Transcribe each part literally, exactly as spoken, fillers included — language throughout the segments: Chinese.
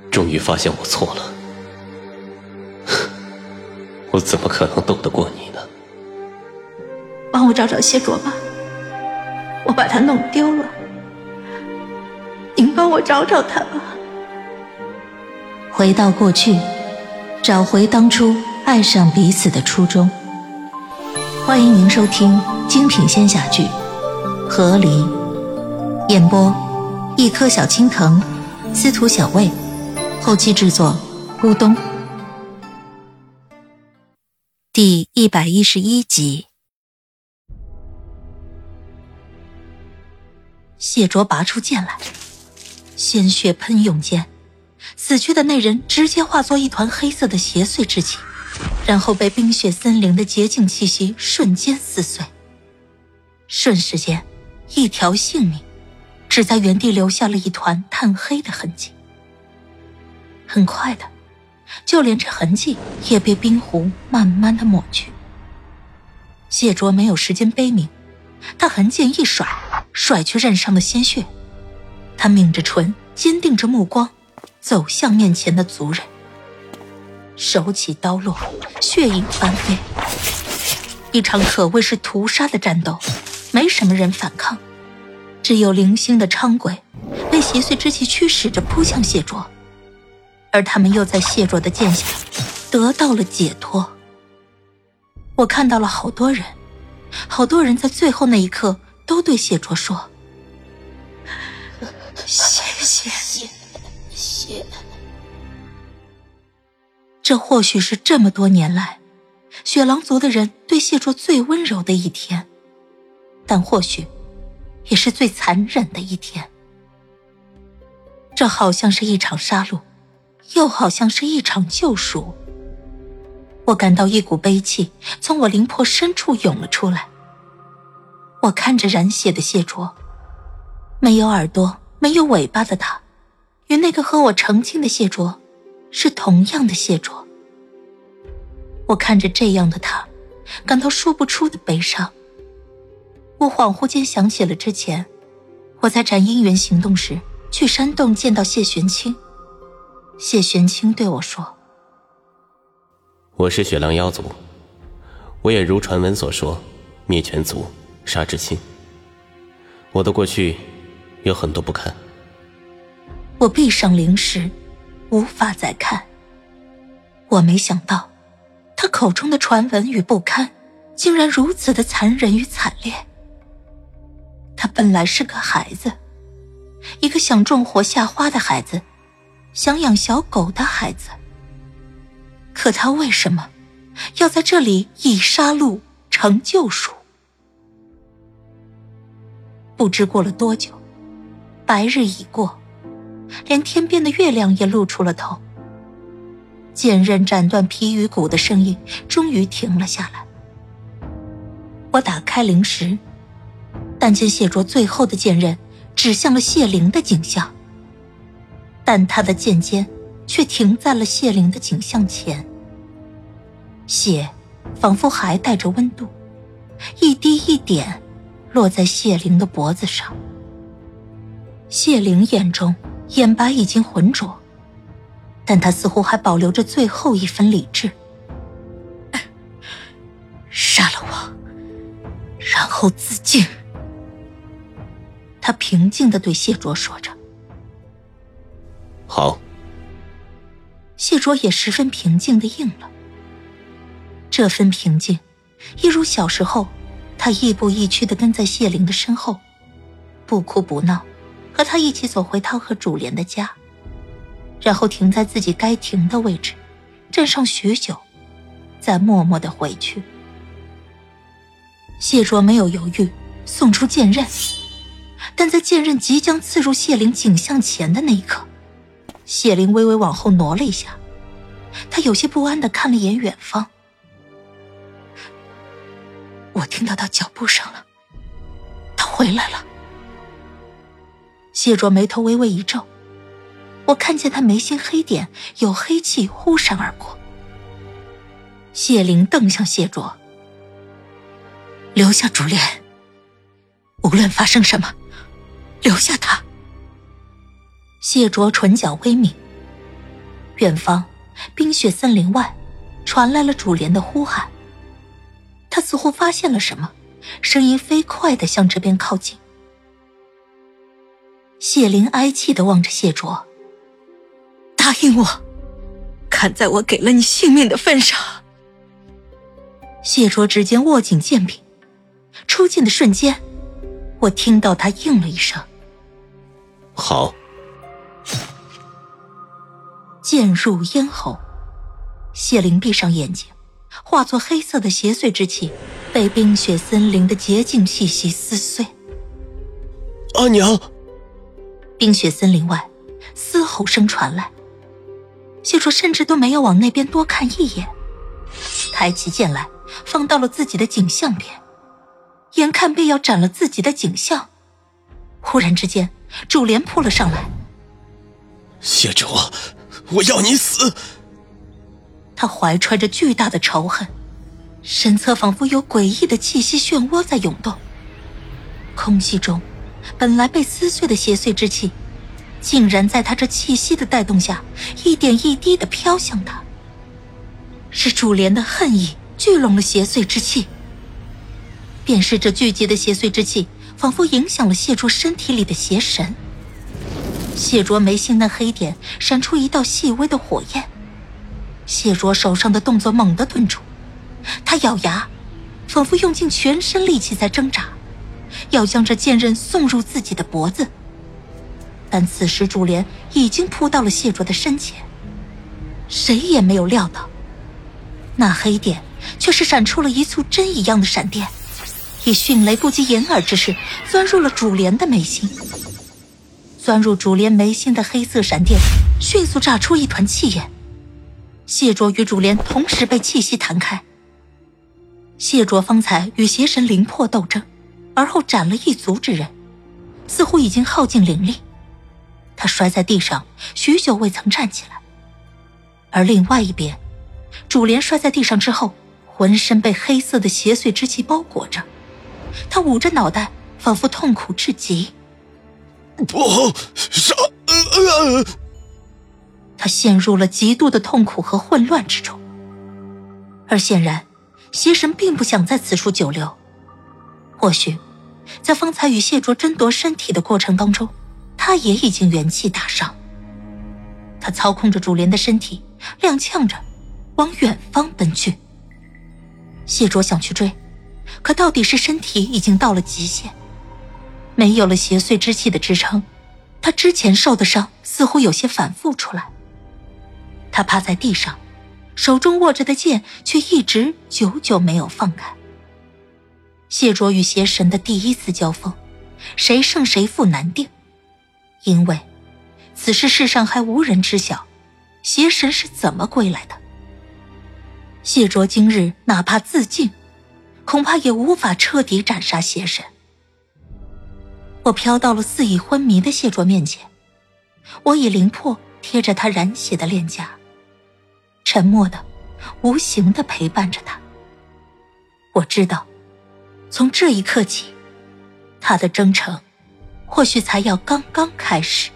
终于发现我错了。我怎么可能斗得过你呢？ 帮我找找谢卓吧，我把他弄丢了，您帮我找找他吧。 回到过去，找回当初爱上彼此的初衷。欢迎您收听精品仙侠剧《和离》，演播一颗小青藤，司徒小卫，后期制作乌冬。第一百一十一集。谢卓拔出剑来，鲜血喷涌间，死去的那人直接化作一团黑色的邪祟之气，然后被冰雪森林的洁净气息瞬间撕碎。瞬时间，一条性命只在原地留下了一团炭黑的痕迹。很快的，就连这痕迹也被冰湖慢慢的抹去。谢卓没有时间悲鸣，他横剑一甩，甩去刃上的鲜血。他抿着唇，坚定着目光，走向面前的族人。手起刀落，血影翻飞。一场可谓是屠杀的战斗，没什么人反抗，只有零星的伥鬼被邪祟之气驱使着扑向谢卓，而他们又在谢卓的剑下得到了解脱。我看到了好多人，好多人在最后那一刻都对谢卓说：谢谢谢谢。这或许是这么多年来雪狼族的人对谢卓最温柔的一天，但或许也是最残忍的一天。这好像是一场杀戮，又好像是一场救赎。我感到一股悲气从我灵魄深处涌了出来。我看着染血的谢卓，没有耳朵没有尾巴的他，与那个和我成亲的谢卓是同样的谢卓。我看着这样的他，感到说不出的悲伤。我恍惚间想起了之前我在斩姻缘行动时去山洞见到谢玄清。谢玄清对我说： 我是雪狼妖族，我也如传闻所说，灭全族，杀至亲。我的过去有很多不堪。 我闭上灵石，无法再看。我没想到他口中的传闻与不堪竟然如此的残忍与惨烈。他本来是个孩子，一个想种活夏花的孩子，想养小狗的孩子，可他为什么要在这里以杀戮成救赎？不知过了多久，白日已过，连天边的月亮也露出了头。剑刃斩断皮与骨的声音终于停了下来。我打开灵石，但见谢卓最后的剑刃指向了谢灵的景象，但他的剑尖却停在了谢灵的景象前。血仿佛还带着温度，一滴一点落在谢灵的脖子上。谢灵眼中眼白已经浑浊，但他似乎还保留着最后一分理智。杀了我，然后自尽。他平静地对谢卓说着。 好。 谢卓也十分平静地应了。这份平静一如小时候他亦步亦趋地跟在谢灵的身后，不哭不闹，和他一起走回他和主莲的家，然后停在自己该停的位置，站上许久，再默默地回去。谢卓没有犹豫，送出剑刃，但在剑刃即将刺入谢灵颈项前的那一刻，谢灵微微往后挪了一下，他有些不安地看了眼远方。我听到他脚步声了，他回来了。谢卓眉头微微一皱，我看见他眉心黑点有黑气忽闪而过。谢灵瞪向谢卓：留下主莲，无论发生什么，留下他。谢卓唇角微抿， 远方冰雪森林外传来了主莲的呼喊。他似乎发现了什么，声音飞快地向这边靠近。谢灵哀泣地望着谢卓，答应我，看在我给了你性命的份上。谢卓指尖握紧剑柄，出剑的瞬间，我听到他应了一声， 好。 剑入咽喉，谢灵闭上眼睛，化作黑色的邪祟之气，被冰雪森林的洁净气息撕碎。 阿娘！ 冰雪森林外，嘶吼声传来，谢卓甚至都没有往那边多看一眼，抬起剑来，放到了自己的颈项边，眼看便要斩了自己的颈项，忽然之间，主莲扑了上来。 谢卓，我要你死！ 他怀揣着巨大的仇恨，身侧仿佛有诡异的气息漩涡在涌动，空气中本来被撕碎的邪祟之气，竟然在他这气息的带动下，一点一滴地飘向他。是主莲的恨意聚拢了邪祟之气，便是这聚集的邪祟之气，仿佛影响了谢卓身体里的邪神。谢卓眉心那黑点闪出一道细微的火焰，谢卓手上的动作猛地顿住，他咬牙，仿佛用尽全身力气在挣扎，要将这剑刃送入自己的脖子。但此时主莲已经扑到了谢卓的身前，谁也没有料到，那黑点却是闪出了一簇针一样的闪电，以迅雷不及掩耳之势钻入了主莲的眉心。钻入主莲眉心的黑色闪电迅速炸出一团气焰，谢卓与主莲同时被气息弹开。谢卓方才与邪神灵魄斗争，而后斩了一族之人，似乎已经耗尽灵力，他摔在地上，许久未曾站起来。而另外一边，主莲摔在地上之后，浑身被黑色的邪祟之气包裹着，他捂着脑袋，仿佛痛苦至极。 不，杀！呃呃、 他陷入了极度的痛苦和混乱之中。而显然，邪神并不想在此处久留。或许，在方才与谢卓争夺身体的过程当中，他也已经元气大伤。他操控着主莲的身体，踉跄着往远方奔去。谢卓想去追，可到底是身体已经到了极限，没有了邪祟之气的支撑，他之前受的伤似乎有些反复出来。他趴在地上，手中握着的剑却一直久久没有放开。谢卓与邪神的第一次交锋，谁胜谁负难定，因为此事世上还无人知晓邪神是怎么归来的。谢卓今日哪怕自尽，恐怕也无法彻底斩杀邪神。我飘到了似已昏迷的谢卓面前，我以灵魄贴着他染血的脸颊，沉默的无形的陪伴着他。我知道，从这一刻起，他的征程或许才要刚刚开始。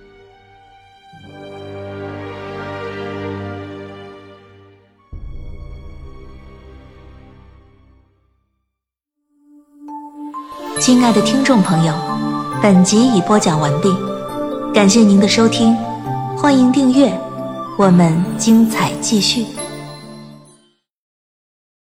亲爱的听众朋友，本集已播讲完毕，感谢您的收听，欢迎订阅，我们精彩继续。